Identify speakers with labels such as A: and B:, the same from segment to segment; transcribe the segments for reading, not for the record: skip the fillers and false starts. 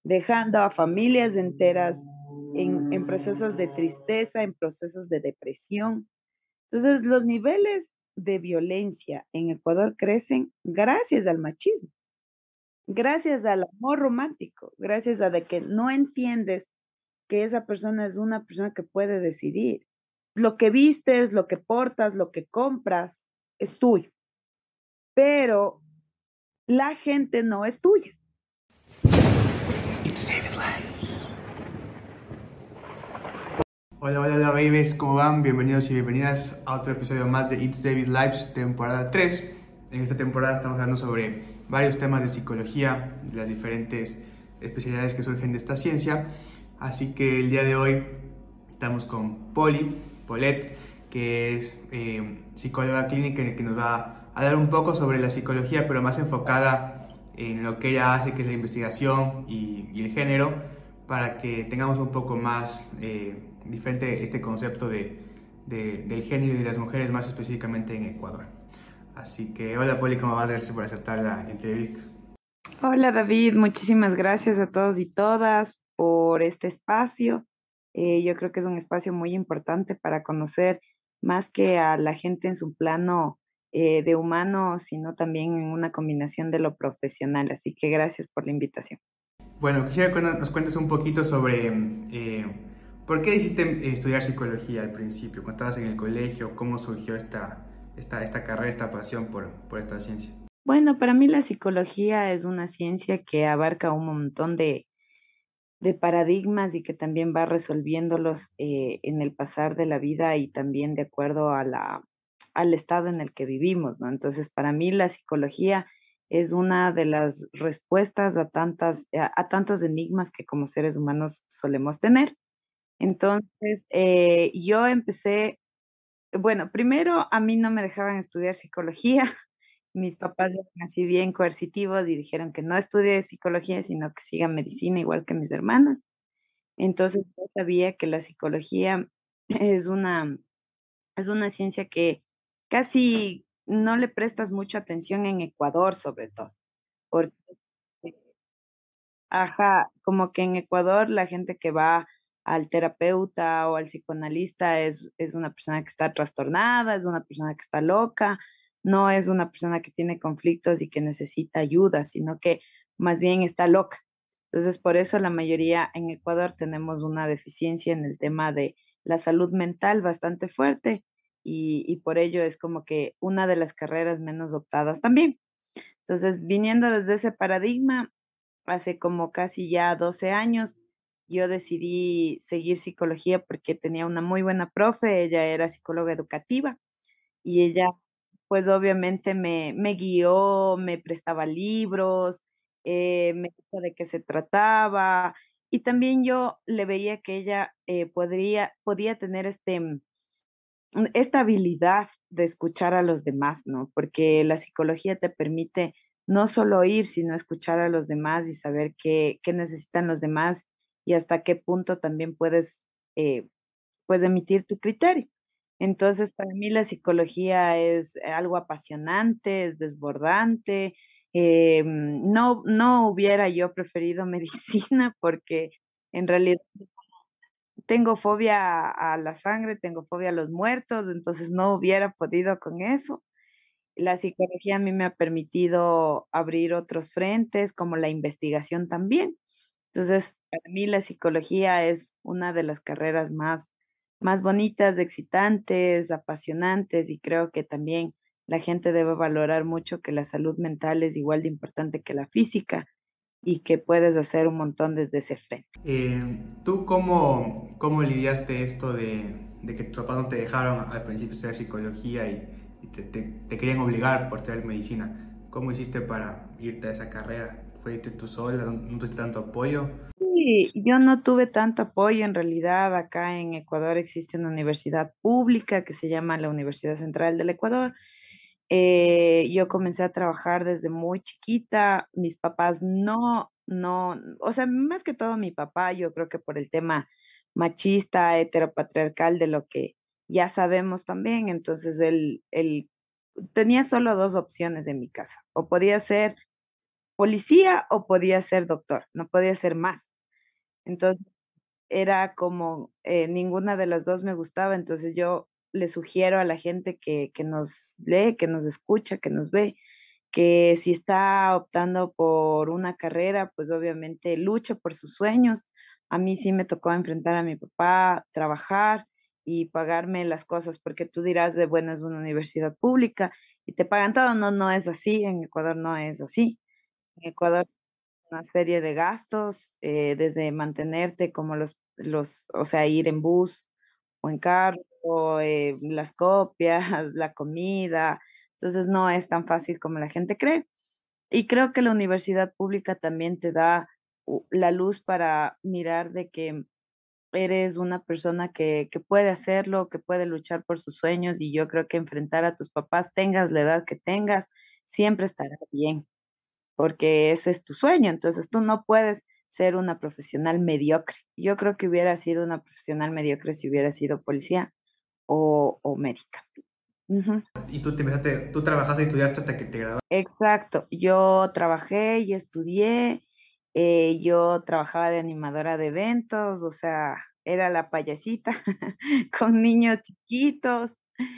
A: dejando a familias enteras en procesos de tristeza, en procesos de depresión. Entonces, los niveles de violencia en Ecuador crecen gracias al machismo, gracias al amor romántico, gracias a de que no entiendes que esa persona es una persona que puede decidir. Lo que vistes, lo que portas, lo que compras es tuyo, pero la gente no es tuya.
B: It's David Lives. Hola, hola, hola, babies, ¿cómo van? Bienvenidos y bienvenidas a otro episodio más de It's David Lives, temporada 3. En esta temporada estamos hablando sobre varios temas de psicología, de las diferentes especialidades que surgen de esta ciencia. Así que el día de hoy estamos con Paulette, que es psicóloga clínica que nos va a dar un poco sobre la psicología, pero más enfocada en lo que ella hace, que es la investigación y el género, para que tengamos un poco más diferente este concepto del género y de las mujeres, más específicamente en Ecuador. Así que, hola Poli, ¿cómo vas? Gracias por aceptar la entrevista.
A: Hola David, muchísimas gracias a todos y todas por este espacio. Yo creo que es un espacio muy importante para conocer más que a la gente en su plano de humano, sino también en una combinación de lo profesional. Así que gracias por la invitación.
B: Bueno, quisiera que nos cuentes un poquito sobre por qué decidiste estudiar psicología al principio, cuando estabas en el colegio, cómo surgió esta carrera, esta pasión por esta ciencia.
A: Bueno, para mí la psicología es una ciencia que abarca un montón de paradigmas y que también va resolviéndolos en el pasar de la vida y también de acuerdo a al estado en el que vivimos, ¿no? Entonces, para mí la psicología es una de las respuestas a tantos enigmas que como seres humanos solemos tener. Entonces, yo empecé, bueno, primero a mí no me dejaban estudiar psicología. Mis papás eran así bien coercitivos y dijeron que no estudie psicología, sino que siga medicina igual que mis hermanas. Entonces, yo sabía que la psicología es es una ciencia que casi no le prestas mucha atención en Ecuador, sobre todo, porque, ajá, como que en Ecuador la gente que va al terapeuta o al psicoanalista es una persona que está trastornada, es una persona que está loca, no es una persona que tiene conflictos y que necesita ayuda, sino que más bien está loca. Entonces, por eso la mayoría en Ecuador tenemos una deficiencia en el tema de la salud mental bastante fuerte y por ello es como que una de las carreras menos optadas también. Entonces, viniendo desde ese paradigma, hace como casi ya 12 años, yo decidí seguir psicología porque tenía una muy buena profe, ella era psicóloga educativa y ella, pues obviamente me guió, me prestaba libros, me dijo de qué se trataba y también yo le veía que ella podía tener esta habilidad de escuchar a los demás, ¿no? Porque la psicología te permite no solo oír, sino escuchar a los demás y saber qué necesitan los demás y hasta qué punto también eh, puedes emitir tu criterio. Entonces, para mí la psicología es algo apasionante, es desbordante. No hubiera yo preferido medicina porque en realidad tengo fobia a la sangre, tengo fobia a los muertos, entonces no hubiera podido con eso. La psicología a mí me ha permitido abrir otros frentes, como la investigación también. Entonces, para mí la psicología es una de las carreras más bonitas, excitantes, apasionantes, y creo que también la gente debe valorar mucho que la salud mental es igual de importante que la física y que puedes hacer un montón desde ese frente.
B: ¿Tú cómo lidiaste esto de que tus papás no te dejaron al principio estudiar psicología y te querían obligar por estudiar medicina? ¿Cómo hiciste para irte a esa carrera? ¿Fuiste tú sola? ¿No tuviste tanto apoyo?
A: Sí, yo no tuve tanto apoyo en realidad. Acá en Ecuador existe una universidad pública que se llama la Universidad Central del Ecuador. Yo comencé a trabajar desde muy chiquita. Mis papás no, o sea, más que todo mi papá, yo creo que por el tema machista, heteropatriarcal de lo que ya sabemos también. Entonces él tenía solo dos opciones en mi casa. O podía ser policía o podía ser doctor, no podía ser más. Entonces era como ninguna de las dos me gustaba, entonces yo le sugiero a la gente que nos lee, que nos escucha, que nos ve, que si está optando por una carrera, pues obviamente luche por sus sueños. A mí sí me tocó enfrentar a mi papá, trabajar y pagarme las cosas, porque tú dirás de, bueno, es una universidad pública y te pagan todo. No, no es así, en Ecuador no es así. En Ecuador una serie de gastos, desde mantenerte como o sea, ir en bus o en carro, las copias, la comida. Entonces no es tan fácil como la gente cree. Y creo que la universidad pública también te da la luz para mirar de que eres una persona que puede hacerlo, que puede luchar por sus sueños y yo creo que enfrentar a tus papás, tengas la edad que tengas, siempre estará bien porque ese es tu sueño, entonces tú no puedes ser una profesional mediocre. Yo creo que hubiera sido una profesional mediocre si hubiera sido policía o médica. Ujú.
B: Y tú trabajaste y estudiaste hasta que te graduaste.
A: Exacto, yo trabajé y estudié, yo trabajaba de animadora de eventos, o sea, era la payasita con niños chiquitos.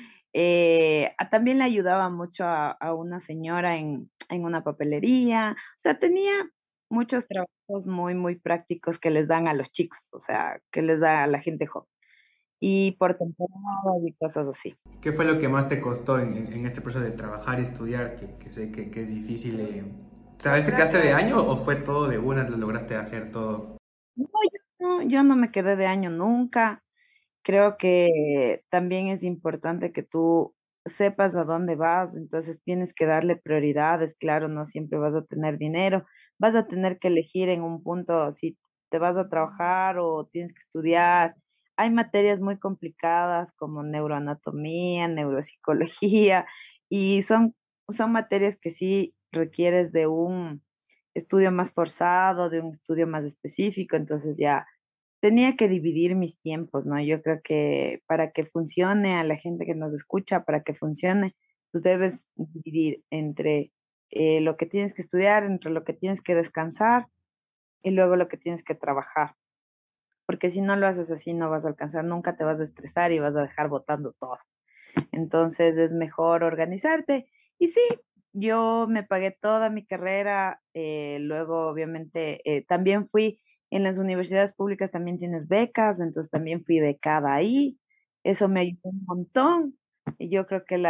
A: También le ayudaba mucho a una señora en una papelería, o sea, tenía muchos trabajos muy, muy prácticos que les dan a los chicos, o sea, que les da a la gente joven, y por temporadas y cosas así.
B: ¿Qué fue lo que más te costó en este proceso de trabajar y estudiar? Que sé que es difícil. ¿Tal vez te quedaste de año o fue todo de una, lo lograste hacer todo?
A: No, yo no me quedé de año nunca. Creo que también es importante que tú sepas a dónde vas, entonces tienes que darle prioridades, claro, no siempre vas a tener dinero, vas a tener que elegir en un punto si te vas a trabajar o tienes que estudiar. Hay materias muy complicadas como neuroanatomía, neuropsicología, y son materias que sí requieres de un estudio más forzado, de un estudio más específico, entonces ya tenía que dividir mis tiempos, ¿no? Yo creo que para que funcione a la gente que nos escucha, para que funcione, tú debes dividir entre lo que tienes que estudiar, entre lo que tienes que descansar y luego lo que tienes que trabajar. Porque si no lo haces así, no vas a alcanzar, nunca te vas a estresar y vas a dejar botando todo. Entonces es mejor organizarte. Y sí, yo me pagué toda mi carrera, luego obviamente también fui en las universidades públicas, también tienes becas, entonces también fui becada ahí. Eso me ayudó un montón. Y yo creo que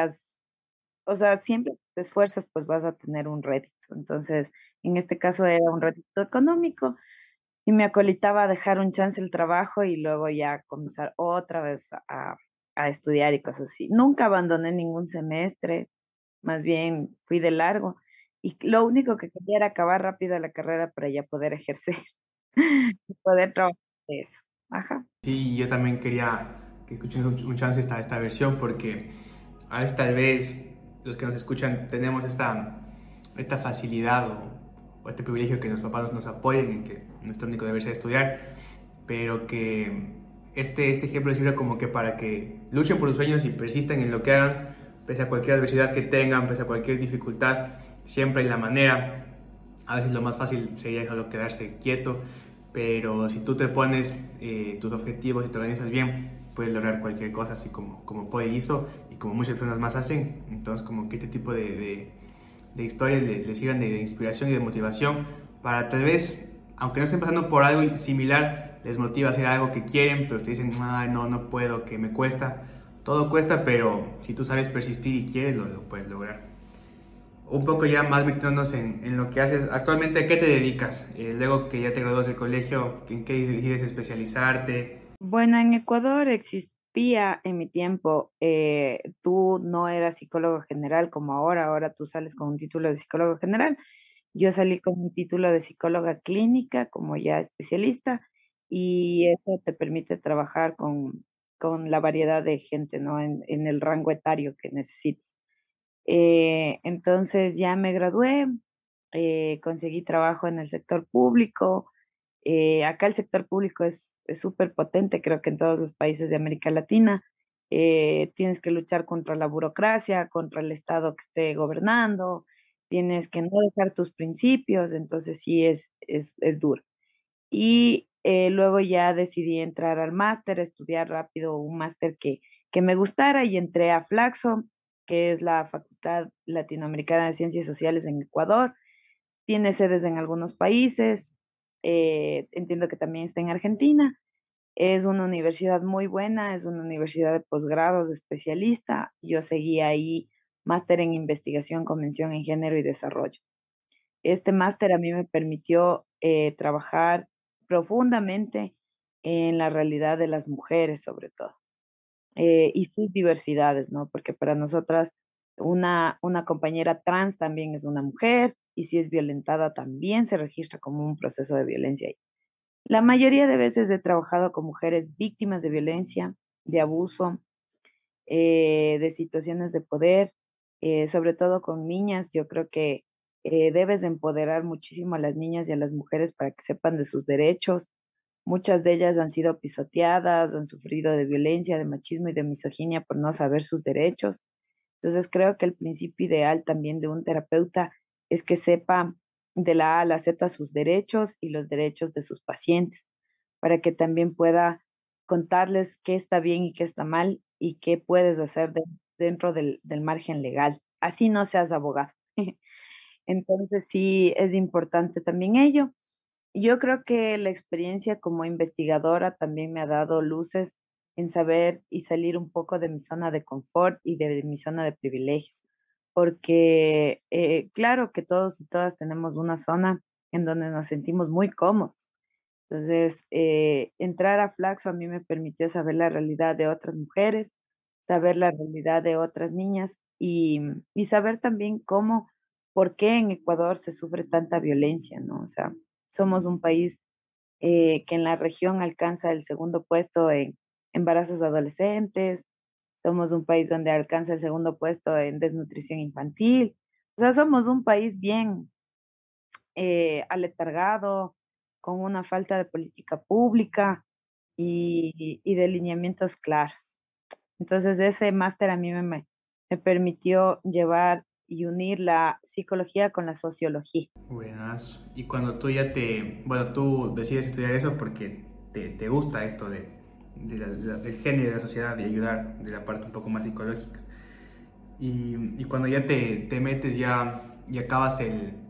A: o sea, siempre que te esfuerzas, pues vas a tener un rédito. Entonces, en este caso era un rédito económico y me acolitaba a dejar un chance el trabajo y luego ya comenzar otra vez a estudiar y cosas así. Nunca abandoné ningún semestre, más bien fui de largo y lo único que quería era acabar rápido la carrera para ya poder ejercer y poder trabajar de eso. Ajá.
B: Sí, yo también quería que escuchen un chance esta versión porque a veces tal vez los que nos escuchan tenemos esta facilidad o este privilegio que nuestros papás nos apoyen en que nuestro único deber sea estudiar, pero que este ejemplo sirve como que para que luchen por sus sueños y persistan en lo que hagan, pese a cualquier adversidad que tengan, pese a cualquier dificultad, siempre hay la manera. A veces lo más fácil sería solo quedarse quieto, pero si tú te pones tus objetivos y te organizas bien, puedes lograr cualquier cosa, así como Poe hizo y como muchas personas más hacen. Entonces, como que este tipo de historias les sirvan de inspiración y de motivación para tal vez, aunque no estén pasando por algo similar, les motiva a hacer algo que quieren, pero te dicen, "Ay, no, no puedo, que me cuesta". Todo cuesta, pero si tú sabes persistir y quieres, lo puedes lograr. Un poco ya más metiéndonos en lo que haces. Actualmente, ¿a qué te dedicas? Luego que ya te gradúas del colegio, ¿en qué decides especializarte?
A: Bueno, en Ecuador existía en mi tiempo, tú no eras psicólogo general como ahora, ahora tú sales con un título de psicólogo general. Yo salí con mi título de psicóloga clínica como ya especialista y eso te permite trabajar con la variedad de gente, ¿no? En el rango etario que necesites. Entonces ya me gradué, conseguí trabajo en el sector público. Acá el sector público es súper potente, creo que en todos los países de América Latina. Tienes que luchar contra la burocracia, contra el Estado que esté gobernando. tienes que no dejar tus principios, entonces sí es duro. Y luego ya decidí entrar al máster, estudiar rápido un máster que me gustara y entré a Flaxo, que es la Facultad Latinoamericana de Ciencias Sociales en Ecuador. Tiene sedes en algunos países, entiendo que también está en Argentina. Es una universidad muy buena, es una universidad de posgrados, de especialista. Yo seguí ahí máster en investigación con mención en género y desarrollo. Este máster a mí me permitió trabajar profundamente en la realidad de las mujeres, sobre todo, y sus diversidades, ¿no? Porque para nosotras una compañera trans también es una mujer y si es violentada también se registra como un proceso de violencia ahí. La mayoría de veces he trabajado con mujeres víctimas de violencia, de abuso, de situaciones de poder, sobre todo con niñas. Yo creo que debes de empoderar muchísimo a las niñas y a las mujeres para que sepan de sus derechos. Muchas de ellas han sido pisoteadas, han sufrido de violencia, de machismo y de misoginia por no saber sus derechos. Entonces creo que el principio ideal también de un terapeuta es que sepa de la A a la Z sus derechos y los derechos de sus pacientes, para que también pueda contarles qué está bien y qué está mal y qué puedes hacer dentro del margen legal. Así no seas abogado. Entonces sí es importante también ello. Yo creo que la experiencia como investigadora también me ha dado luces en saber y salir un poco de mi zona de confort y de mi zona de privilegios, porque claro que todos y todas tenemos una zona en donde nos sentimos muy cómodos. Entonces, entrar a Flaxo a mí me permitió saber la realidad de otras mujeres, saber la realidad de otras niñas y saber también cómo, por qué en Ecuador se sufre tanta violencia, ¿no? O sea, somos un país que en la región alcanza el segundo puesto en embarazos adolescentes, somos un país donde alcanza el segundo puesto en desnutrición infantil, o sea, somos un país bien aletargado, con una falta de política pública y de lineamientos claros. Entonces, ese máster a mí me permitió llevar y unir la psicología con la sociología.
B: Buenas. Y cuando tú ya bueno, tú decides estudiar eso porque te gusta esto del género de la sociedad y ayudar de la parte un poco más psicológica. Y cuando ya te metes y acabas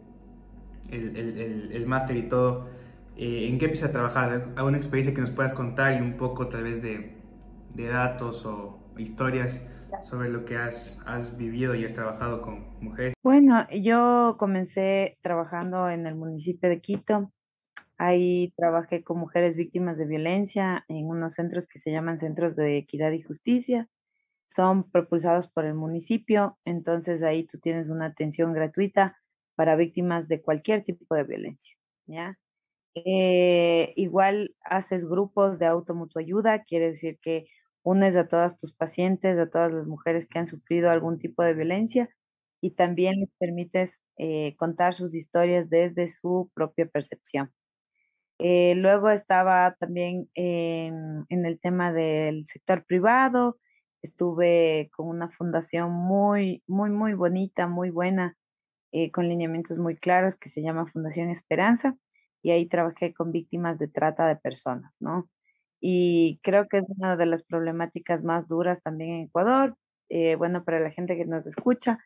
B: el máster y todo, ¿en qué empiezas a trabajar? ¿Alguna experiencia que nos puedas contar y un poco tal vez de datos o historias sobre lo que has vivido y has trabajado con mujeres?
A: Bueno, yo comencé trabajando en el municipio de Quito. Ahí trabajé con mujeres víctimas de violencia en unos centros que se llaman Centros de Equidad y Justicia. Son propulsados por el municipio, entonces ahí tú tienes una atención gratuita para víctimas de cualquier tipo de violencia, ¿ya? Igual haces grupos de automutuayuda, quiere decir que unes a todas tus pacientes, a todas las mujeres que han sufrido algún tipo de violencia y también les permites contar sus historias desde su propia percepción. Luego estaba también en el tema del sector privado, estuve con una fundación muy bonita, muy buena, con lineamientos muy claros que se llama Fundación Esperanza y ahí trabajé con víctimas de trata de personas, ¿no? Y creo que es una de las problemáticas más duras también en Ecuador. Bueno, para la gente que nos escucha,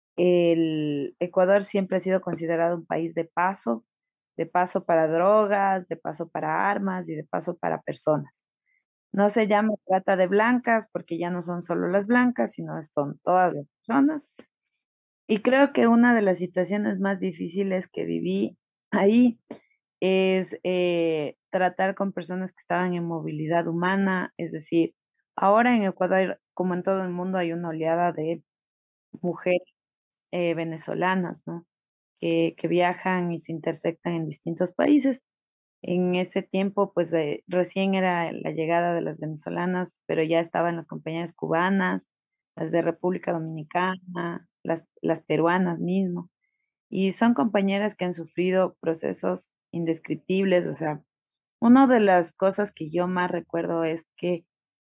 A: el Ecuador siempre ha sido considerado un país de paso para drogas, de paso para armas y de paso para personas. No se llama trata de blancas porque ya no son solo las blancas, sino son todas las personas. Y creo que una de las situaciones más difíciles que viví ahí es tratar con personas que estaban en movilidad humana, es decir, ahora en Ecuador, como en todo el mundo, hay una oleada de mujeres venezolanas, ¿no? Que viajan y se intersectan en distintos países. En ese tiempo, pues recién era la llegada de las venezolanas, pero ya estaban las compañeras cubanas, las de República Dominicana, las peruanas mismo. Y son compañeras que han sufrido procesos indescriptibles. O sea, una de las cosas que yo más recuerdo es que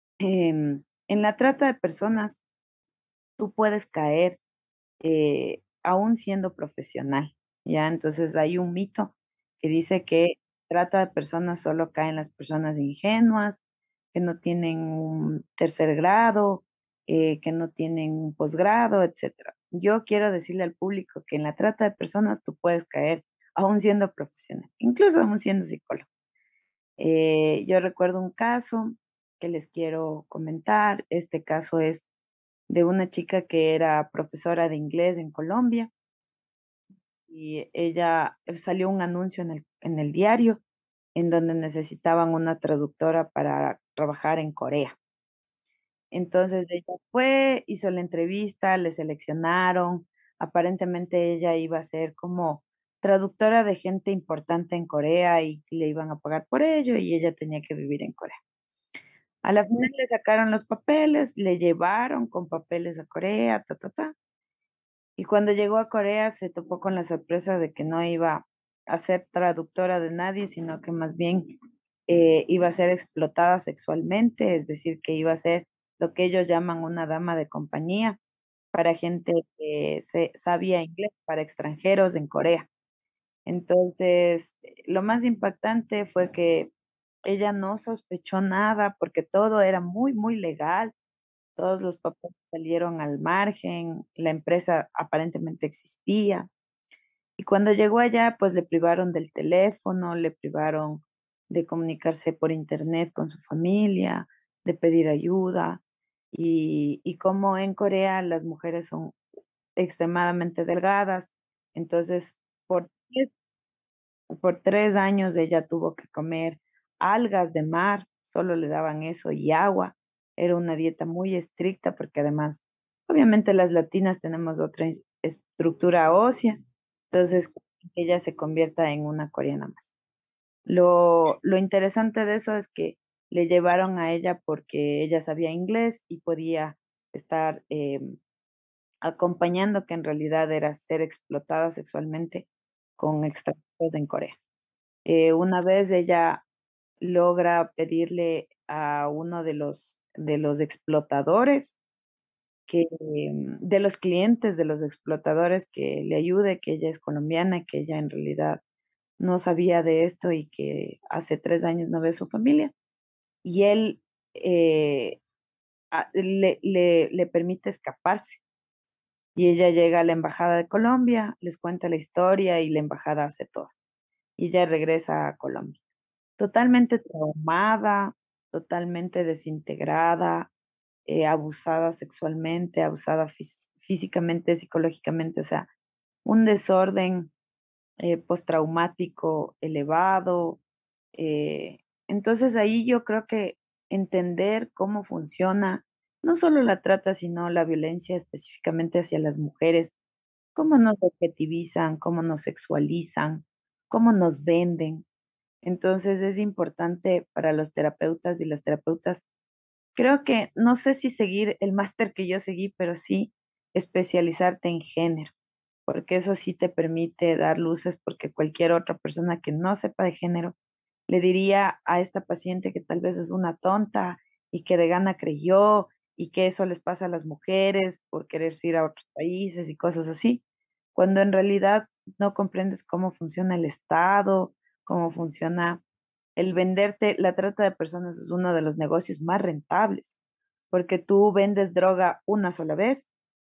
A: en la trata de personas tú puedes caer aún siendo profesional, ¿ya? Entonces hay un mito que dice que trata de personas solo caen las personas ingenuas, que no tienen un tercer grado, que no tienen un posgrado, etcétera. Yo quiero decirle al público que en la trata de personas tú puedes caer aún siendo profesional, incluso aún siendo psicólogo. Yo recuerdo un caso que les quiero comentar. Este caso es de una chica que era profesora de inglés en Colombia y ella salió un anuncio en el diario en donde necesitaban una traductora para trabajar en Corea. Entonces ella fue, hizo la entrevista, le seleccionaron. Aparentemente ella iba a ser como traductora de gente importante en Corea y le iban a pagar por ello y ella tenía que vivir en Corea. A la final le sacaron los papeles, le llevaron con papeles a Corea, ta, ta, ta. Y cuando llegó a Corea se topó con la sorpresa de que no iba a ser traductora de nadie, sino que más bien iba a ser explotada sexualmente, es decir, que iba a ser lo que ellos llaman una dama de compañía para gente que sabía inglés, para extranjeros en Corea. Entonces, lo más impactante fue que ella no sospechó nada porque todo era muy, muy legal. Todos los papeles salieron al margen, la empresa aparentemente existía. Y cuando llegó allá, pues le privaron del teléfono, le privaron de comunicarse por internet con su familia, de pedir ayuda. Y como en Corea las mujeres son extremadamente delgadas, entonces por 3 años ella tuvo que comer algas de mar, solo le daban eso y agua. Era una dieta muy estricta porque además, obviamente las latinas tenemos otra estructura ósea, entonces que ella se convierta en una coreana más. Lo interesante de eso es que le llevaron a ella porque ella sabía inglés y podía estar acompañando, que en realidad era ser explotada sexualmente con extranjeros en Corea. Una vez ella logra pedirle a uno de los explotadores de los clientes de los explotadores que le ayude, que ella es colombiana, que ella en realidad no sabía de esto y que hace 3 años no ve a su familia. Y él eh, le permite escaparse. Y ella llega a la embajada de Colombia, les cuenta la historia y la embajada hace todo. Y ella regresa a Colombia totalmente traumada, totalmente desintegrada, abusada sexualmente, abusada físicamente, psicológicamente, o sea, un desorden postraumático elevado. eh, entonces ahí yo creo que entender cómo funciona no solo la trata, sino la violencia específicamente hacia las mujeres, cómo nos objetivizan, cómo nos sexualizan, cómo nos venden. Entonces es importante para los terapeutas y las terapeutas, creo que no sé si seguir el máster que yo seguí, pero sí especializarte en género, porque eso sí te permite dar luces, porque cualquier otra persona que no sepa de género le diría a esta paciente que tal vez es una tonta y que de gana creyó y que eso les pasa a las mujeres por quererse ir a otros países y cosas así, cuando en realidad no comprendes cómo funciona el Estado, cómo funciona el venderte. La trata de personas es uno de los negocios más rentables, porque tú vendes droga una sola vez,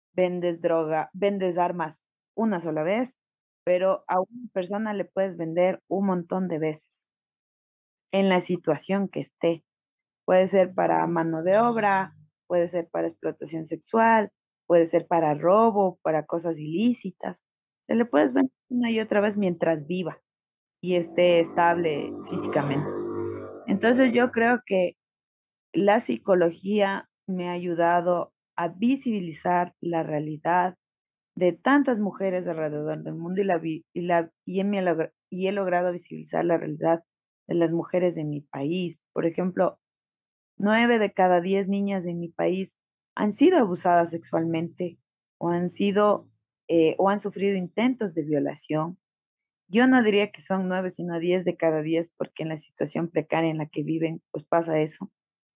A: vendes armas una sola vez, pero a una persona le puedes vender un montón de veces en la situación que esté. Puede ser para mano de obra, puede ser para explotación sexual, puede ser para robo, para cosas ilícitas. Se le puedes vender una y otra vez mientras viva y esté estable físicamente. Entonces yo creo que la psicología me ha ayudado a visibilizar la realidad de tantas mujeres alrededor del mundo y he logrado visibilizar la realidad de las mujeres de mi país. Por ejemplo, 9 de cada 10 niñas de mi país han sido abusadas sexualmente o o han sufrido intentos de violación. Yo no diría que son 9, sino 10 de cada 10, porque en la situación precaria en la que viven, pues pasa eso.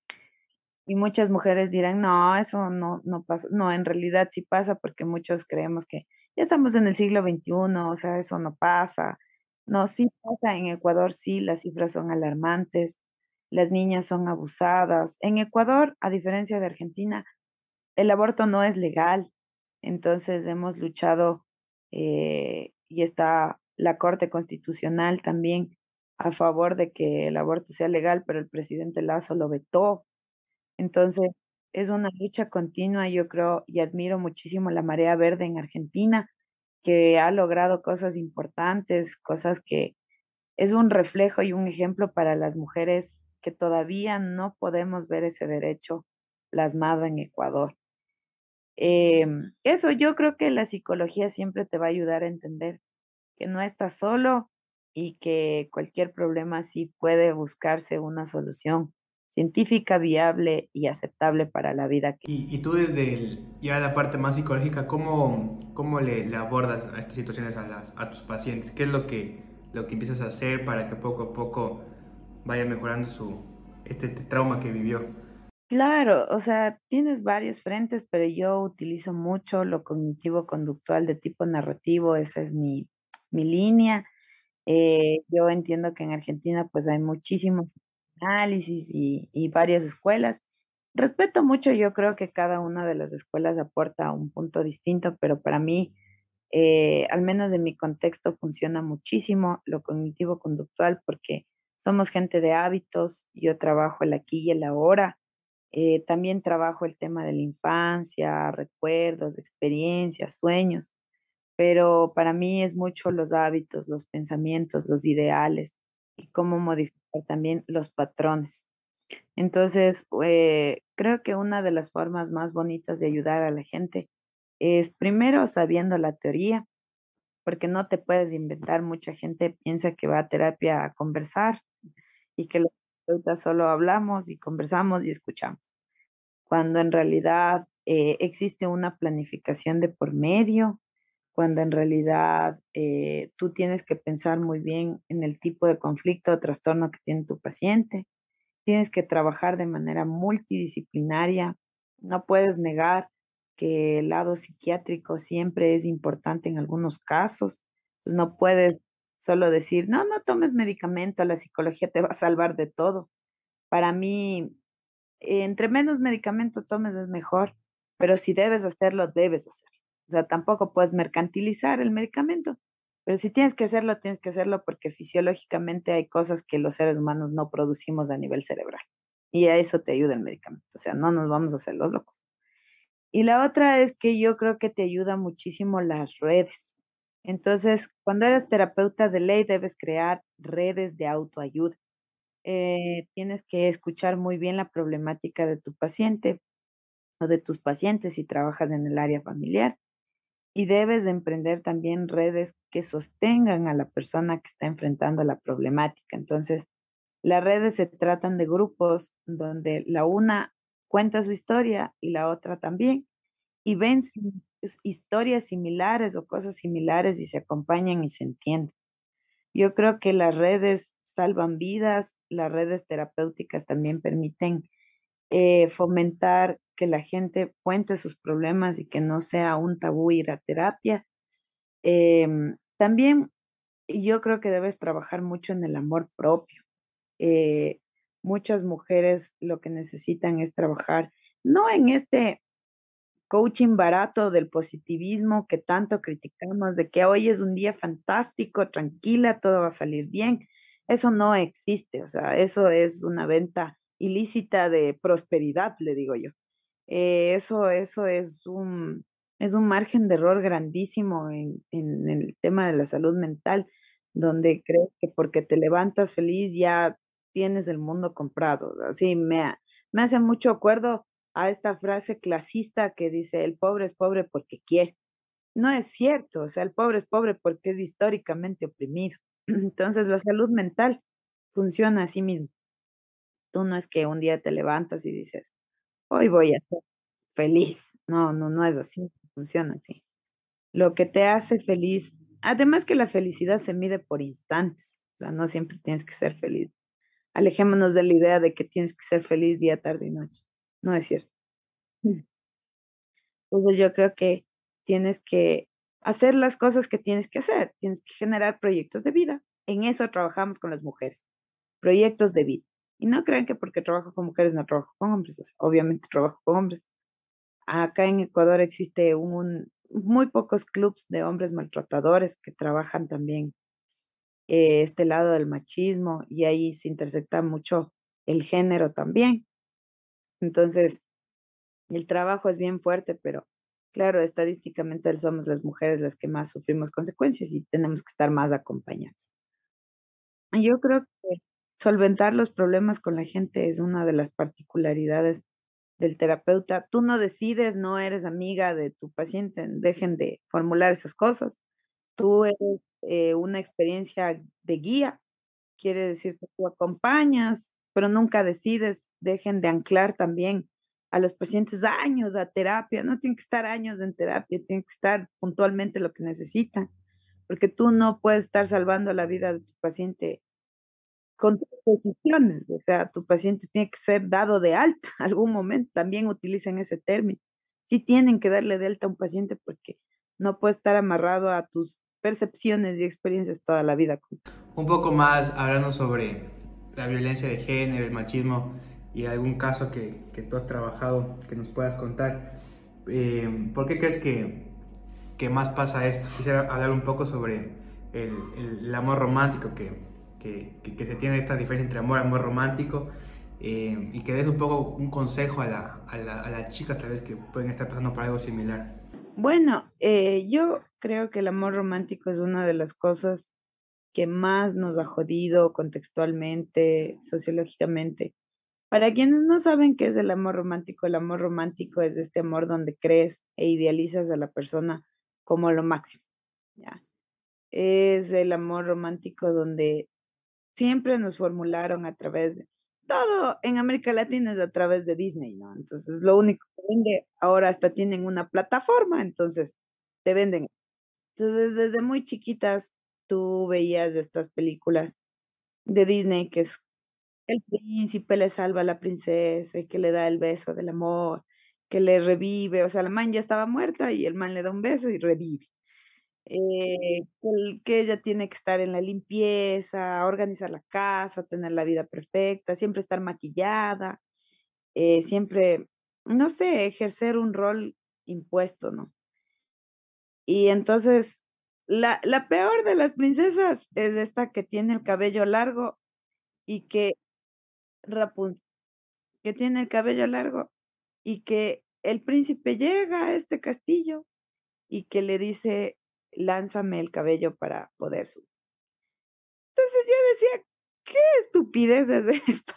A: Y muchas mujeres dirán, no, eso no pasa. No, en realidad sí pasa porque muchos creemos que ya estamos en el siglo XXI, o sea, eso no pasa. No, sí pasa en Ecuador, sí, las cifras son alarmantes, las niñas son abusadas. En Ecuador, a diferencia de Argentina, el aborto no es legal, entonces hemos luchado y está la Corte Constitucional también a favor de que el aborto sea legal, pero el presidente Lazo lo vetó. Entonces, es una lucha continua, yo creo, y admiro muchísimo la Marea Verde en Argentina, que ha logrado cosas importantes, cosas que es un reflejo y un ejemplo para las mujeres que todavía no podemos ver ese derecho plasmado en Ecuador. Eso, yo creo que la psicología siempre te va a ayudar a entender que no estás solo y que cualquier problema sí puede buscarse una solución científica, viable y aceptable para la vida.
B: Y tú desde ya la parte más psicológica, ¿cómo le abordas a estas situaciones a tus pacientes? ¿Qué es lo que empiezas a hacer para que poco a poco vaya mejorando este trauma que vivió?
A: Claro, o sea, tienes varios frentes, pero yo utilizo mucho lo cognitivo-conductual de tipo narrativo, esa es mi línea. Yo entiendo que en Argentina pues hay muchísimos análisis y varias escuelas. Respeto mucho, yo creo que cada una de las escuelas aporta un punto distinto, pero para mí, al menos en mi contexto, funciona muchísimo lo cognitivo-conductual porque somos gente de hábitos, yo trabajo el aquí y el ahora, también trabajo el tema de la infancia, recuerdos, experiencias, sueños, pero para mí es mucho los hábitos, los pensamientos, los ideales y cómo modificar también los patrones. Entonces, creo que una de las formas más bonitas de ayudar a la gente es primero sabiendo la teoría, porque no te puedes inventar. Mucha gente piensa que va a terapia a conversar y que los terapeutas solo hablamos y conversamos y escuchamos, cuando en realidad existe una planificación de por medio, cuando en realidad tú tienes que pensar muy bien en el tipo de conflicto o trastorno que tiene tu paciente, tienes que trabajar de manera multidisciplinaria, no puedes negar que el lado psiquiátrico siempre es importante en algunos casos, entonces no puedes solo decir, no, no tomes medicamento, la psicología te va a salvar de todo. Para mí, entre menos medicamento tomes es mejor, pero si debes hacerlo, debes hacerlo. O sea, tampoco puedes mercantilizar el medicamento, pero si tienes que hacerlo porque fisiológicamente hay cosas que los seres humanos no producimos a nivel cerebral. Y a eso te ayuda el medicamento. O sea, no nos vamos a hacer los locos. Y la otra es que yo creo que te ayuda muchísimo las redes. Entonces, cuando eres terapeuta de ley, debes crear redes de autoayuda. Tienes que escuchar muy bien la problemática de tu paciente o de tus pacientes si trabajas en el área familiar y debes de emprender también redes que sostengan a la persona que está enfrentando la problemática. Entonces, las redes se tratan de grupos donde la una cuenta su historia y la otra también y ven historias similares o cosas similares y se acompañan y se entienden. Yo creo que las redes salvan vidas, las redes terapéuticas también permiten fomentar que la gente cuente sus problemas y que no sea un tabú ir a terapia. También yo creo que debes trabajar mucho en el amor propio. Eh, Muchas mujeres lo que necesitan es trabajar, no en este coaching barato del positivismo que tanto criticamos, de que hoy es un día fantástico, tranquila, todo va a salir bien. Eso no existe, o sea, eso es una venta ilícita de prosperidad, le digo yo. Eso es un margen de error grandísimo en el tema de la salud mental, donde crees que porque te levantas feliz ya tienes el mundo comprado. Así me hace mucho acuerdo a esta frase clasista que dice, el pobre es pobre porque quiere. No es cierto, o sea, el pobre es pobre porque es históricamente oprimido. Entonces, la salud mental funciona así mismo. Tú no es que un día te levantas y dices, hoy voy a ser feliz. No, no, no es así, no funciona así. Lo que te hace feliz, además que la felicidad se mide por instantes, o sea, no siempre tienes que ser feliz. Alejémonos de la idea de que tienes que ser feliz día, tarde y noche. No es cierto. Entonces yo creo que tienes que hacer las cosas que tienes que hacer. Tienes que generar proyectos de vida. En eso trabajamos con las mujeres, proyectos de vida. Y no crean que porque trabajo con mujeres no trabajo con hombres, o sea, obviamente trabajo con hombres. Acá en Ecuador existe muy pocos clubs de hombres maltratadores que trabajan también este lado del machismo y ahí se intersecta mucho el género también. Entonces, el trabajo es bien fuerte, pero claro, estadísticamente somos las mujeres las que más sufrimos consecuencias y tenemos que estar más acompañadas. Yo creo que solventar los problemas con la gente es una de las particularidades del terapeuta. Tú no decides, no eres amiga de tu paciente, dejen de formular esas cosas. Tú eres una experiencia de guía, quiere decir que tú acompañas, pero nunca decides, dejen de anclar también a los pacientes años a terapia, no tienen que estar años en terapia, tienen que estar puntualmente lo que necesitan, porque tú no puedes estar salvando la vida de tu paciente con tus decisiones, o sea, tu paciente tiene que ser dado de alta algún momento, también utilicen ese término. Sí tienen que darle de alta a un paciente porque no puede estar amarrado a tus percepciones y experiencias toda la vida.
B: Un poco más hablando sobre la violencia de género, el machismo y algún caso que tú has trabajado, que nos puedas contar. ¿Por qué crees que más pasa esto? Quisiera hablar un poco sobre el amor romántico, que se tiene esta diferencia entre amor y amor romántico, y que des un poco un consejo a las chicas tal vez que pueden estar pasando por algo similar.
A: Bueno, yo creo que el amor romántico es una de las cosas que más nos ha jodido contextualmente, sociológicamente. Para quienes no saben qué es el amor romántico es este amor donde crees e idealizas a la persona como lo máximo, ¿ya? Es el amor romántico donde siempre nos formularon a través de todo en América Latina es a través de Disney, ¿no? Entonces, lo único que vende, ahora hasta tienen una plataforma, entonces te venden. Entonces, desde muy chiquitas tú veías estas películas de Disney que es el príncipe le salva a la princesa y que le da el beso del amor, que le revive, o sea, la man ya estaba muerta y el man le da un beso y revive. Que ella tiene que estar en la limpieza, organizar la casa, tener la vida perfecta, siempre estar maquillada, siempre, no sé, ejercer un rol impuesto, ¿no? Y entonces, la peor de las princesas es esta que tiene el cabello largo y que Rapunzel, que tiene el cabello largo y que el príncipe llega a este castillo y que le dice: "Lánzame el cabello para poder subir". Entonces yo decía: "¿Qué estupidez es esto?".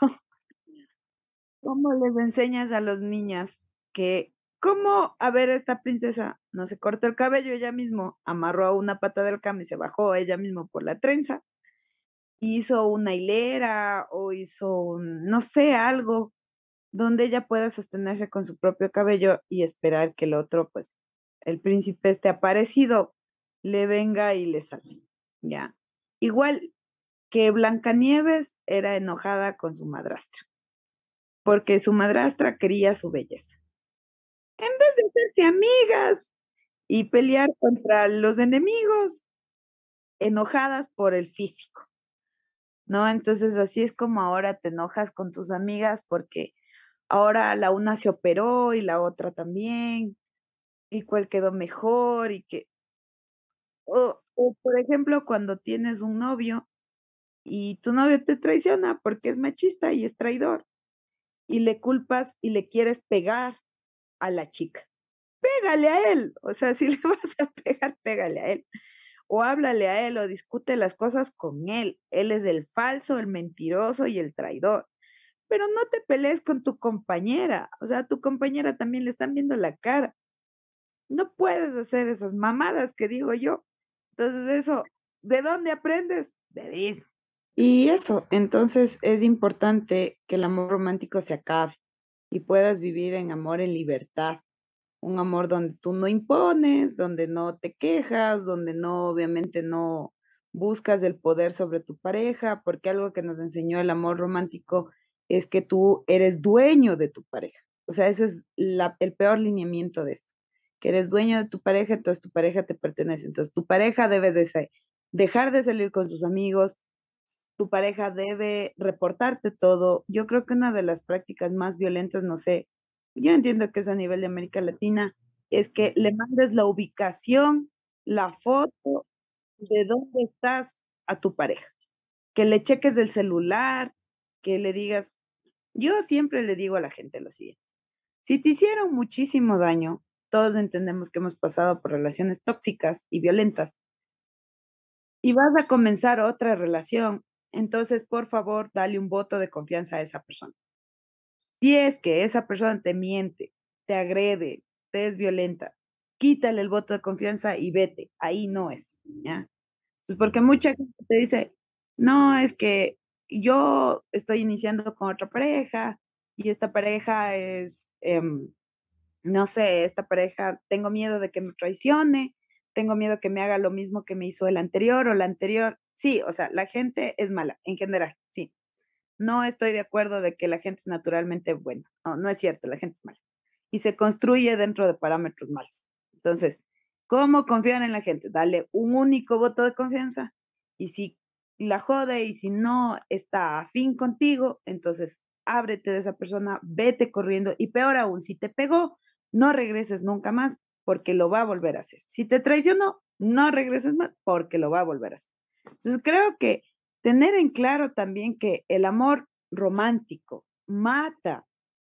A: ¿Cómo les enseñas a los niñas que cómo? A ver, esta princesa no se cortó el cabello ella mismo, amarró a una pata del cama y se bajó ella mismo por la trenza, hizo una hilera o hizo un no sé, algo donde ella pueda sostenerse con su propio cabello y esperar que el otro, pues, el príncipe este aparecido le venga y le salve, ¿ya? Igual que Blancanieves era enojada con su madrastra, porque su madrastra quería su belleza. En vez de hacerse amigas y pelear contra los enemigos, enojadas por el físico, ¿no? Entonces, así es como ahora te enojas con tus amigas porque ahora la una se operó y la otra también, y cuál quedó mejor y que o, por ejemplo, cuando tienes un novio y tu novio te traiciona porque es machista y es traidor, y le culpas y le quieres pegar a la chica. Pégale a él, o sea, si le vas a pegar, pégale a él, o háblale a él, o discute las cosas con él. Él es el falso, el mentiroso y el traidor. Pero no te pelees con tu compañera, o sea, a tu compañera también le están viendo la cara. No puedes hacer esas mamadas que digo yo. Entonces eso, ¿de dónde aprendes? De Disney. Y eso, entonces es importante que el amor romántico se acabe y puedas vivir en amor en libertad, un amor donde tú no impones, donde no te quejas, donde no, obviamente no buscas el poder sobre tu pareja, porque algo que nos enseñó el amor romántico es que tú eres dueño de tu pareja. O sea, ese es el peor lineamiento de esto, que eres dueño de tu pareja, entonces tu pareja te pertenece. Entonces tu pareja debe dejar de salir con sus amigos, tu pareja debe reportarte todo. Yo creo que una de las prácticas más violentas, no sé, yo entiendo que es a nivel de América Latina, es que le mandes la ubicación, la foto de dónde estás a tu pareja, que le cheques el celular, que le digas, yo siempre le digo a la gente lo siguiente, si te hicieron muchísimo daño, todos entendemos que hemos pasado por relaciones tóxicas y violentas y vas a comenzar otra relación, entonces por favor dale un voto de confianza a esa persona. Si es que esa persona te miente, te agrede, te es violenta, quítale el voto de confianza y vete, ahí no es, ¿ya? Pues porque mucha gente te dice, no, es que yo estoy iniciando con otra pareja y esta pareja es, no sé, esta pareja, tengo miedo de que me traicione, tengo miedo que me haga lo mismo que me hizo el anterior o la anterior. Sí, o sea, la gente es mala en general, sí. No estoy de acuerdo de que la gente es naturalmente buena. No, no es cierto, la gente es mala. Y se construye dentro de parámetros malos. Entonces, ¿cómo confiar en la gente? Dale un único voto de confianza y si la jode y si no está afín contigo, entonces ábrete de esa persona, vete corriendo y peor aún, si te pegó, no regreses nunca más porque lo va a volver a hacer. Si te traicionó, no regreses más porque lo va a volver a hacer. Entonces, creo que tener en claro también que el amor romántico mata,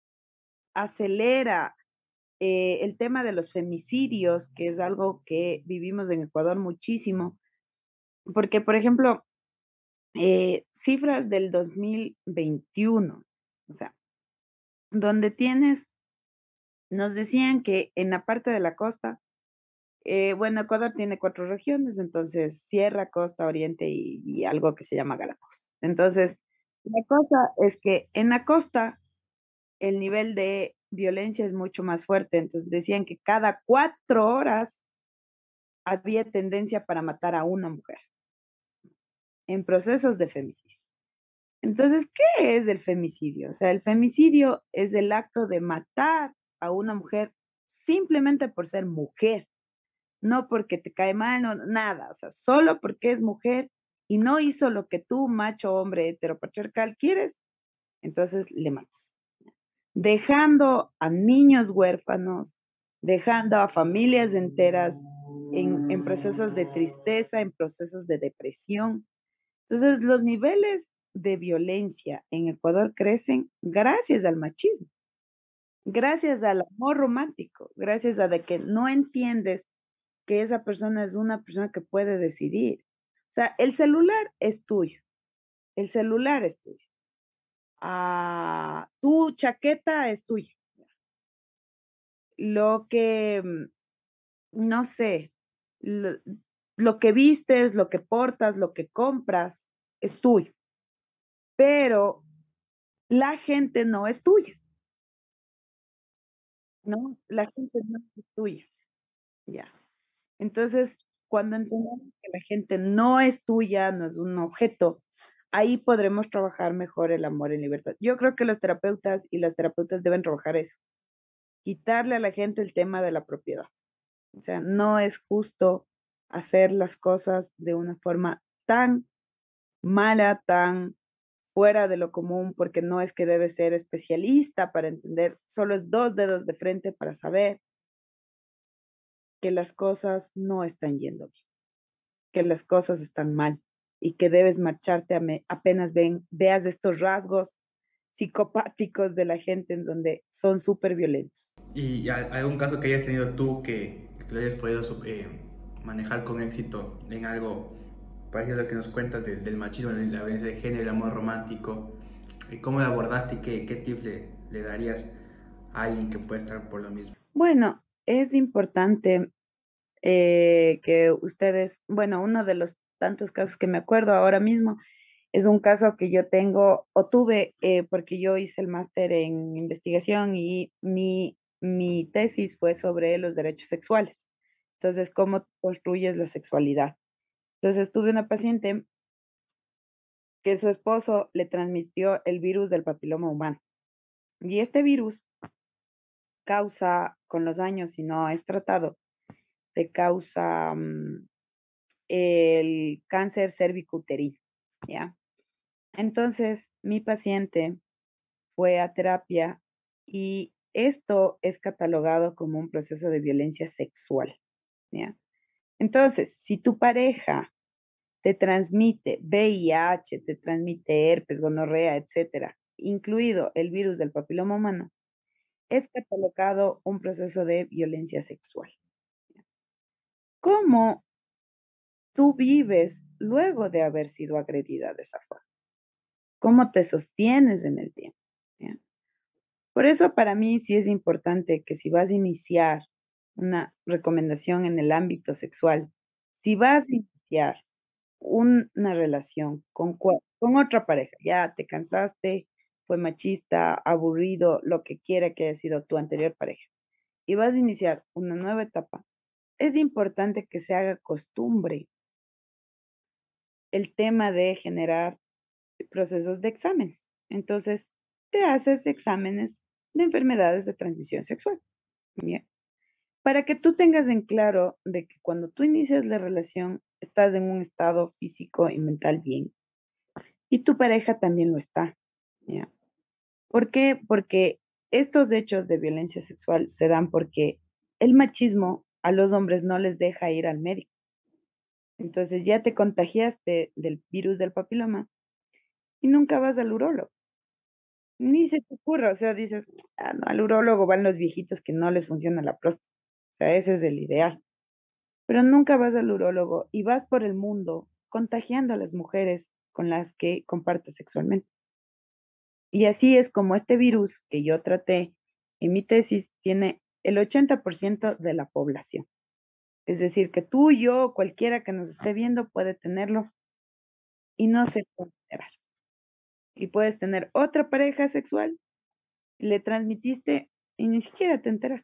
A: acelera el tema de los femicidios, que es algo que vivimos en Ecuador muchísimo, porque, por ejemplo, cifras del 2021, o sea, donde tienes, nos decían que en la parte de la costa, bueno, Ecuador tiene 4 regiones, entonces Sierra, Costa, Oriente y algo que se llama Galápagos. Entonces, la cosa es que en la costa el nivel de violencia es mucho más fuerte. Entonces decían que cada 4 horas había tendencia para matar a una mujer en procesos de femicidio. Entonces, ¿qué es el femicidio? O sea, el femicidio es el acto de matar a una mujer simplemente por ser mujer, no porque te cae mal, no, nada, o sea, solo porque es mujer y no hizo lo que tú, macho, hombre, heteropatriarcal, quieres, entonces le matas. Dejando a niños huérfanos, dejando a familias enteras en procesos de tristeza, en procesos de depresión. Entonces, los niveles de violencia en Ecuador crecen gracias al machismo, gracias al amor romántico, gracias a de que no entiendes que esa persona es una persona que puede decidir. O sea, el celular es tuyo, el celular es tuyo. Tu chaqueta es tuya. Lo que, no sé, lo, lo que vistes, lo que portas, lo que compras, es tuyo, pero la gente no es tuya, ¿no? La gente no es tuya, ya. Entonces, cuando entendamos que la gente no es tuya, no es un objeto, ahí podremos trabajar mejor el amor en libertad. Yo creo que los terapeutas y las terapeutas deben trabajar eso, quitarle a la gente el tema de la propiedad. O sea, no es justo hacer las cosas de una forma tan mala, tan fuera de lo común, porque no es que debe ser especialista para entender, solo es 2 dedos de frente para saber que las cosas no están yendo bien, que las cosas están mal y que debes marcharte apenas veas estos rasgos psicopáticos de la gente en donde son súper violentos.
B: ¿Y algún caso que hayas tenido tú que lo hayas podido manejar con éxito en algo parecido a lo que nos cuentas del machismo, la violencia de género, el amor romántico? ¿Y cómo lo abordaste y qué tips le darías a alguien que puede estar por lo mismo?
A: Bueno, es importante que ustedes, bueno, uno de los tantos casos que me acuerdo ahora mismo es un caso que yo tengo o tuve porque yo hice el máster en investigación y mi tesis fue sobre los derechos sexuales. Entonces, ¿cómo construyes la sexualidad? Entonces, tuve una paciente que su esposo le transmitió el virus del papiloma humano y este virus causa con los años, si no es tratado, te causa el cáncer cervicuterino, ¿ya? Entonces, mi paciente fue a terapia y esto es catalogado como un proceso de violencia sexual, ¿ya? Entonces, si tu pareja te transmite VIH, te transmite herpes, gonorrea, etcétera, incluido el virus del papiloma humano, es catalogado un proceso de violencia sexual. ¿Cómo tú vives luego de haber sido agredida de esa forma? ¿Cómo te sostienes en el tiempo? ¿Ya? Por eso para mí sí es importante que si vas a iniciar una recomendación en el ámbito sexual, si vas a iniciar una relación con otra pareja, ya te cansaste, fue machista, aburrido, lo que quiera que haya sido tu anterior pareja, y vas a iniciar una nueva etapa, es importante que se haga costumbre el tema de generar procesos de exámenes. Entonces, te haces exámenes de enfermedades de transmisión sexual. ¿Ya? Para que tú tengas en claro de que cuando tú inicias la relación, estás en un estado físico y mental bien. Y tu pareja también lo está. ¿Ya? ¿Por qué? Porque estos hechos de violencia sexual se dan porque el machismo a los hombres no les deja ir al médico. Entonces ya te contagiaste del virus del papiloma y nunca vas al urólogo. Ni se te ocurra, o sea, dices, ah, no, al urólogo van los viejitos que no les funciona la próstata. O sea, ese es el ideal. Pero nunca vas al urólogo y vas por el mundo contagiando a las mujeres con las que compartes sexualmente. Y así es como este virus que yo traté en mi tesis tiene el 80% de la población. Es decir, que tú, yo, cualquiera que nos esté viendo puede tenerlo y no se puede enterar. Y puedes tener otra pareja sexual, le transmitiste y ni siquiera te enteras.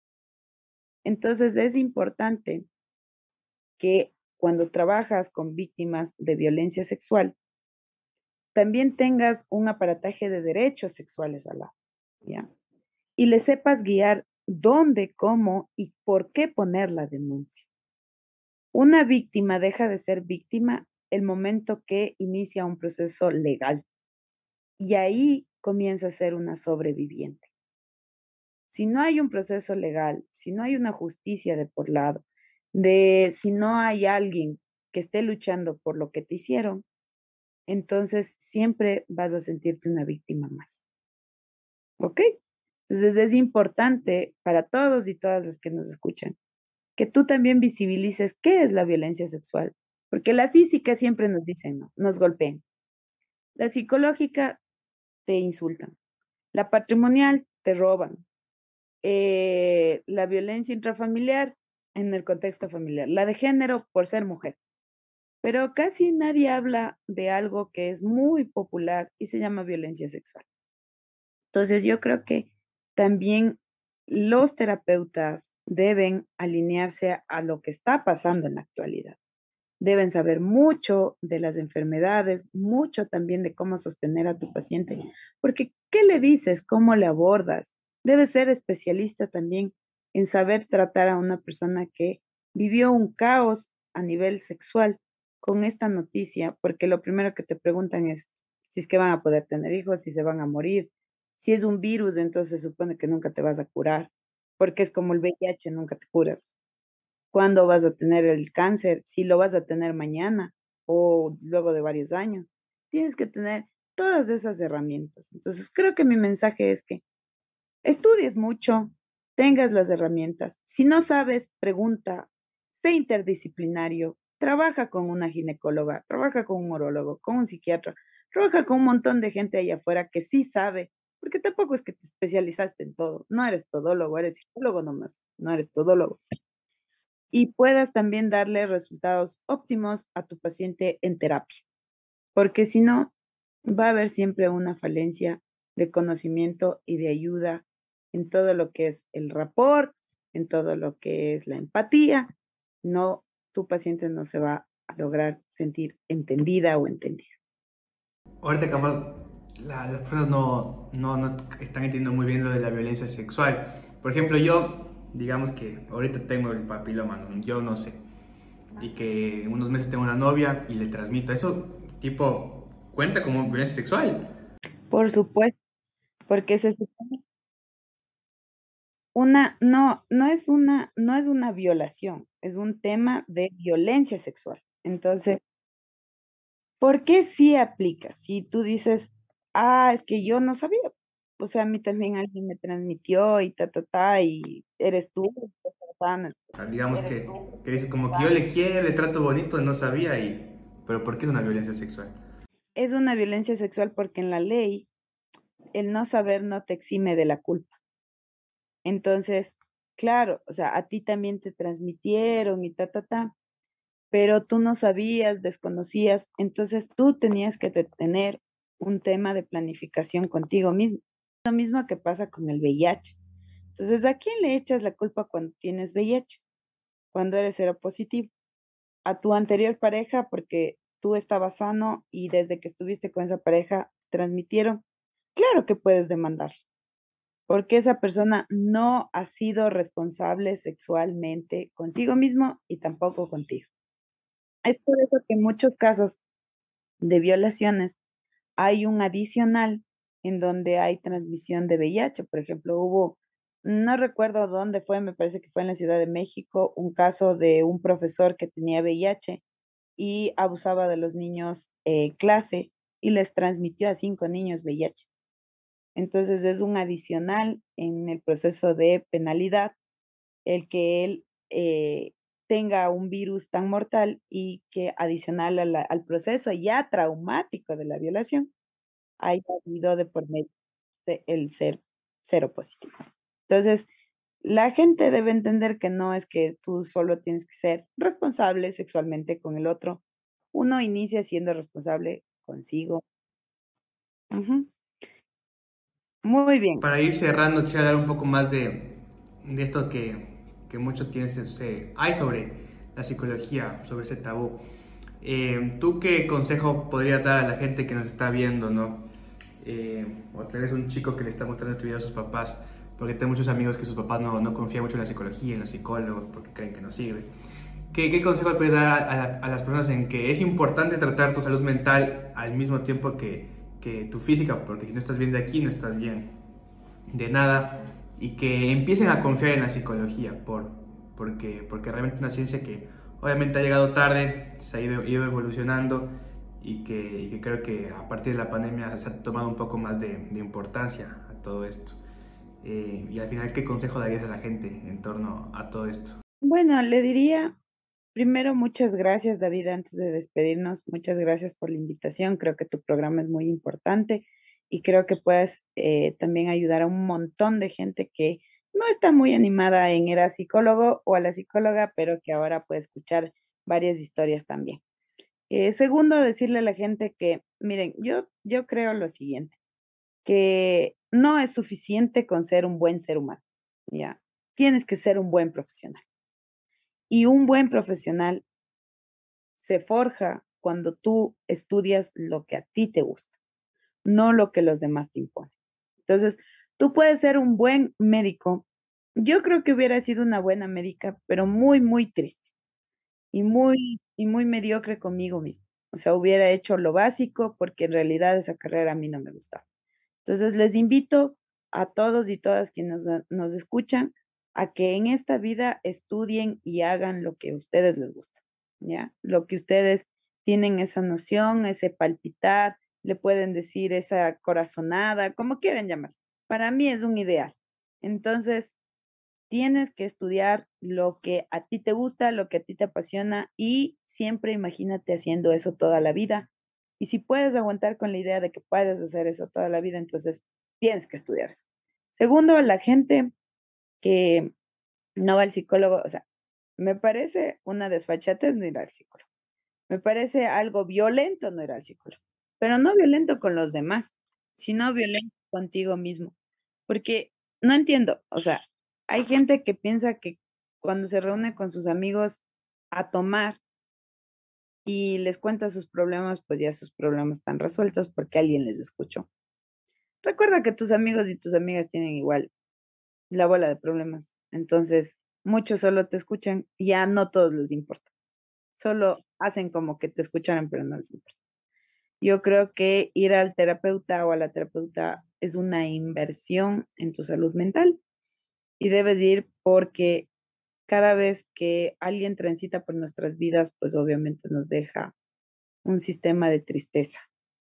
A: Entonces es importante que cuando trabajas con víctimas de violencia sexual, también tengas un aparataje de derechos sexuales al lado, ¿ya? Y le sepas guiar dónde, cómo y por qué poner la denuncia. Una víctima deja de ser víctima el momento que inicia un proceso legal y ahí comienza a ser una sobreviviente. Si no hay un proceso legal, si no hay una justicia de por lado, de si no hay alguien que esté luchando por lo que te hicieron, entonces siempre vas a sentirte una víctima más. ¿Ok? Entonces es importante para todos y todas las que nos escuchan que tú también visibilices qué es la violencia sexual, porque la física siempre nos dice, no, nos golpean. La psicológica te insultan. La patrimonial te roban. La violencia intrafamiliar en el contexto familiar. La de género por ser mujer. Pero casi nadie habla de algo que es muy popular y se llama violencia sexual. Entonces yo creo que también los terapeutas deben alinearse a lo que está pasando en la actualidad. Deben saber mucho de las enfermedades, mucho también de cómo sostener a tu paciente, porque ¿qué le dices? ¿Cómo le abordas? Debes ser especialista también en saber tratar a una persona que vivió un caos a nivel sexual con esta noticia, porque lo primero que te preguntan es si es que van a poder tener hijos, si se van a morir. Si es un virus, entonces se supone que nunca te vas a curar, porque es como el VIH, nunca te curas. ¿Cuándo vas a tener el cáncer? Si lo vas a tener mañana o luego de varios años. Tienes que tener todas esas herramientas. Entonces, creo que mi mensaje es que estudies mucho, tengas las herramientas. Si no sabes, pregunta, sé interdisciplinario, trabaja con una ginecóloga, trabaja con un urólogo, con un psiquiatra, trabaja con un montón de gente allá afuera que sí sabe, porque tampoco es que te especializaste en todo. No eres todólogo, eres psicólogo nomás, no eres todólogo y puedas también darle resultados óptimos a tu paciente en terapia, porque si no, va a haber siempre una falencia de conocimiento y de ayuda en todo lo que es el rapport, en todo lo que es la empatía. No, tu paciente no se va a lograr sentir entendida o entendido.
B: Ahorita capaz las personas no están entendiendo muy bien lo de la violencia sexual, Por ejemplo, yo, digamos que ahorita tengo el papiloma, ¿no? Yo no sé, y que en unos meses tengo una novia y le transmito eso, tipo, cuenta como violencia sexual.
A: Por supuesto, porque se supone no es una violación, es un tema de violencia sexual. Entonces, ¿por qué sí aplica? Si tú dices, es que yo no sabía, o sea, a mí también alguien me transmitió y y eres tú,
B: O sea, digamos que dices como que yo le quiero, le trato bonito, no sabía, pero ¿por qué es una violencia sexual?
A: es una violencia sexual porque en la ley el no saber no te exime de la culpa. Entonces, claro, o sea, a ti también te transmitieron y pero tú no sabías, desconocías, entonces tú tenías que tener un tema de planificación contigo mismo. Lo mismo que pasa con el VIH. Entonces, ¿a quién le echas la culpa cuando tienes VIH? Cuando eres seropositivo. A tu anterior pareja porque tú estabas sano y desde que estuviste con esa pareja transmitieron. Claro que puedes demandar, porque esa persona no ha sido responsable sexualmente consigo mismo y tampoco contigo. Es por eso que en muchos casos de violaciones hay un adicional en donde hay transmisión de VIH. Por ejemplo, no recuerdo dónde fue, me parece que fue en la Ciudad de México, un caso de un profesor que tenía VIH y abusaba de los niños clase y les transmitió a 5 niños VIH. Entonces es un adicional en el proceso de penalidad el que él tenga un virus tan mortal y que adicional al proceso ya traumático de la violación haya habido de por medio el ser cero positivo. Entonces, la gente debe entender que no es que tú solo tienes que ser responsable sexualmente con el otro. Uno inicia siendo responsable consigo. Ujú. Muy bien.
B: Para ir cerrando, quisiera hablar un poco más de esto que mucho tienes, hay sobre la psicología, sobre ese tabú. ¿Tú qué consejo podrías dar a la gente que nos está viendo, no? O tal vez un chico que le está mostrando este video a sus papás, porque tengo muchos amigos que sus papás no confían mucho en la psicología, en los psicólogos, porque creen que no sirve. ¿Qué consejo puedes dar a las personas en que es importante tratar tu salud mental al mismo tiempo que tu física? Porque si no estás bien de aquí, no estás bien de nada, y que empiecen a confiar en la psicología, porque realmente es una ciencia que obviamente ha llegado tarde, se ha ido evolucionando, y que creo que a partir de la pandemia se ha tomado un poco más de importancia a todo esto. Y al final, ¿qué consejo darías a la gente en torno a todo esto?
A: Bueno, le diría primero muchas gracias, David, antes de despedirnos. Muchas gracias por la invitación. Creo que tu programa es muy importante y creo que puedes también ayudar a un montón de gente que no está muy animada en ir al psicólogo o a la psicóloga, pero que ahora puede escuchar varias historias también. Segundo, decirle a la gente que, miren, yo creo lo siguiente, que no es suficiente con ser un buen ser humano, ¿ya? Tienes que ser un buen profesional. Y un buen profesional se forja cuando tú estudias lo que a ti te gusta, no lo que los demás te imponen. Entonces, tú puedes ser un buen médico. Yo creo que hubiera sido una buena médica, pero muy, muy triste y muy mediocre conmigo mismo. O sea, hubiera hecho lo básico porque en realidad esa carrera a mí no me gustaba. Entonces, les invito a todos y todas quienes nos escuchan a que en esta vida estudien y hagan lo que a ustedes les gusta, ¿ya? Lo que ustedes tienen esa noción, ese palpitar, le pueden decir esa corazonada, como quieran llamar. Para mí es un ideal. Entonces, tienes que estudiar lo que a ti te gusta, lo que a ti te apasiona y siempre imagínate haciendo eso toda la vida. Y si puedes aguantar con la idea de que puedes hacer eso toda la vida, entonces tienes que estudiar eso. Segundo, la gente que no va al psicólogo, o sea, me parece una desfachatez no ir al psicólogo. Me parece algo violento no ir al psicólogo, pero no violento con los demás, sino violento contigo mismo. Porque no entiendo, o sea, hay gente que piensa que cuando se reúne con sus amigos a tomar y les cuenta sus problemas, pues ya sus problemas están resueltos porque alguien les escuchó. Recuerda que tus amigos y tus amigas tienen igual la bola de problemas. Entonces, muchos solo te escuchan y ya no todos les importa. Solo hacen como que te escucharan, pero no les importa. Yo creo que ir al terapeuta o a la terapeuta es una inversión en tu salud mental y debes ir porque cada vez que alguien transita por nuestras vidas, pues obviamente nos deja un sistema de tristeza.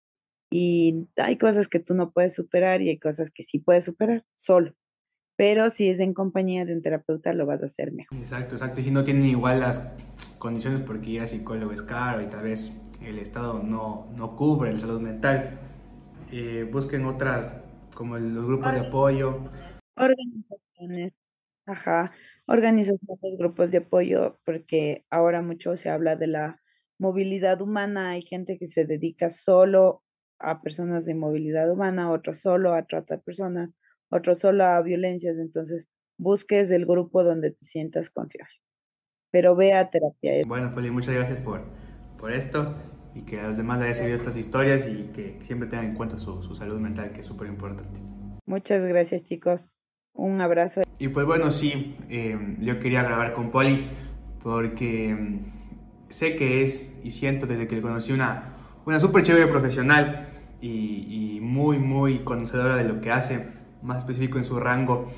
A: Y hay cosas que tú no puedes superar y hay cosas que sí puedes superar solo. Pero si es en compañía de un terapeuta, lo vas a hacer mejor.
B: Exacto, exacto. Y si no tienen igual las condiciones porque ir a psicólogo es caro y tal vez el Estado no cubre la salud mental, busquen otras como los grupos de apoyo.
A: Organizaciones, ajá, organizaciones, grupos de apoyo, porque ahora mucho se habla de la movilidad humana. Hay gente que se dedica solo a personas de movilidad humana, otros solo a trata de personas, otros solo a violencias. Entonces, busques el grupo donde te sientas confiable, pero ve a terapia.
B: Bueno, Poli, muchas gracias por esto y que a los demás les haya servido estas historias y que siempre tengan en cuenta su salud mental, que es súper importante.
A: Muchas gracias, chicos. Un abrazo.
B: Y pues bueno, sí, yo quería grabar con Poli porque sé que es y siento desde que le conocí una súper chévere profesional y muy conocedora de lo que hace, más específico en su rango.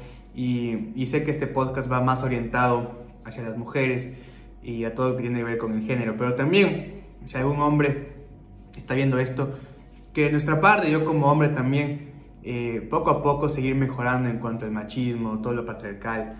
B: Y sé que este podcast va más orientado hacia las mujeres y a todo lo que tiene que ver con el género, pero también si algún hombre está viendo esto, que de nuestra parte, yo como hombre también, poco a poco seguir mejorando en cuanto al machismo, todo lo patriarcal,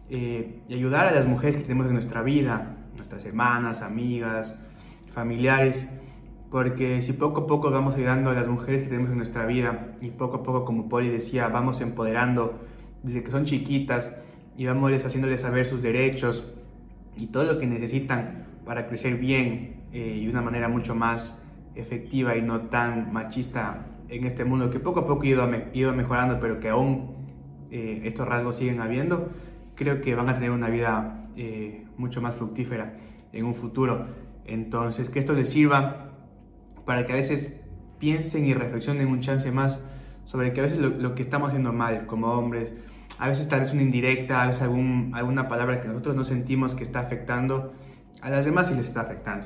B: y ayudar a las mujeres que tenemos en nuestra vida, nuestras hermanas, amigas, familiares, porque si poco a poco vamos ayudando a las mujeres que tenemos en nuestra vida y poco a poco, como Poli decía, vamos empoderando desde que son chiquitas y vamos haciéndoles saber sus derechos y todo lo que necesitan para crecer bien y de una manera mucho más efectiva y no tan machista en este mundo que poco a poco ha ido mejorando, pero que aún estos rasgos siguen habiendo, creo que van a tener una vida mucho más fructífera en un futuro. Entonces, que esto les sirva para que a veces piensen y reflexionen un chance más sobre que a veces lo que estamos haciendo mal como hombres, a veces tal vez una indirecta, a veces alguna palabra que nosotros no sentimos que está afectando, a las demás sí les está afectando.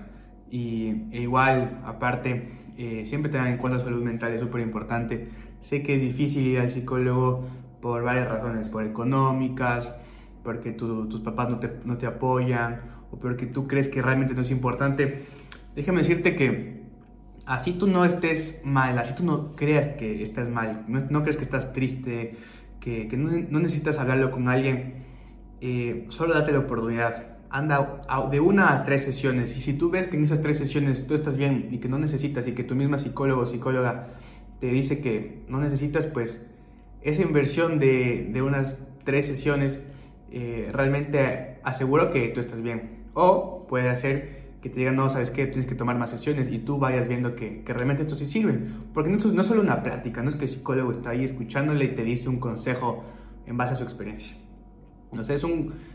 B: E igual, aparte, siempre tengan en cuenta su salud mental, es súper importante. Sé que es difícil ir al psicólogo por varias razones, por económicas, porque tus papás no te apoyan, o porque tú crees que realmente no es importante. Déjame decirte que así tú no estés mal, así tú no creas que estás mal, no crees que estás triste, que no necesitas hablarlo con alguien, solo date la oportunidad. Anda de 1 a 3 sesiones y si tú ves que en esas 3 sesiones tú estás bien y que no necesitas y que tu misma psicólogo o psicóloga te dice que no necesitas, pues esa inversión de unas 3 sesiones realmente aseguro que tú estás bien. O puede hacer que te digan, no, ¿sabes qué? Tienes que tomar más sesiones y tú vayas viendo que realmente esto sí sirve. Porque no es solo una plática, no es que el psicólogo está ahí escuchándole y te dice un consejo en base a su experiencia. No sé, es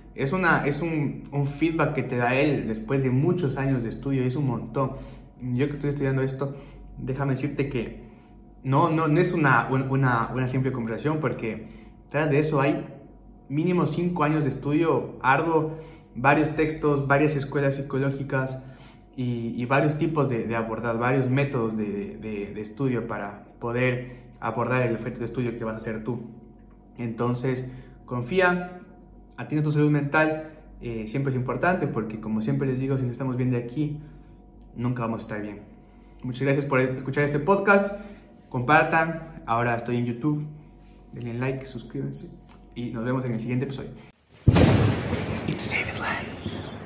B: un feedback que te da él después de muchos años de estudio, es un montón. Yo que estoy estudiando esto, déjame decirte que no es una simple conversación, porque tras de eso hay mínimo 5 años de estudio arduo, varios textos, varias escuelas psicológicas y varios tipos de abordar, varios métodos de estudio para poder abordar el efecto de estudio que vas a hacer tú. Entonces, confía, atiende tu salud mental, siempre es importante porque, como siempre les digo, si no estamos bien de aquí, nunca vamos a estar bien. Muchas gracias por escuchar este podcast, compartan, ahora estoy en YouTube, denle like, suscríbanse y nos vemos en el siguiente episodio. It's David Lives.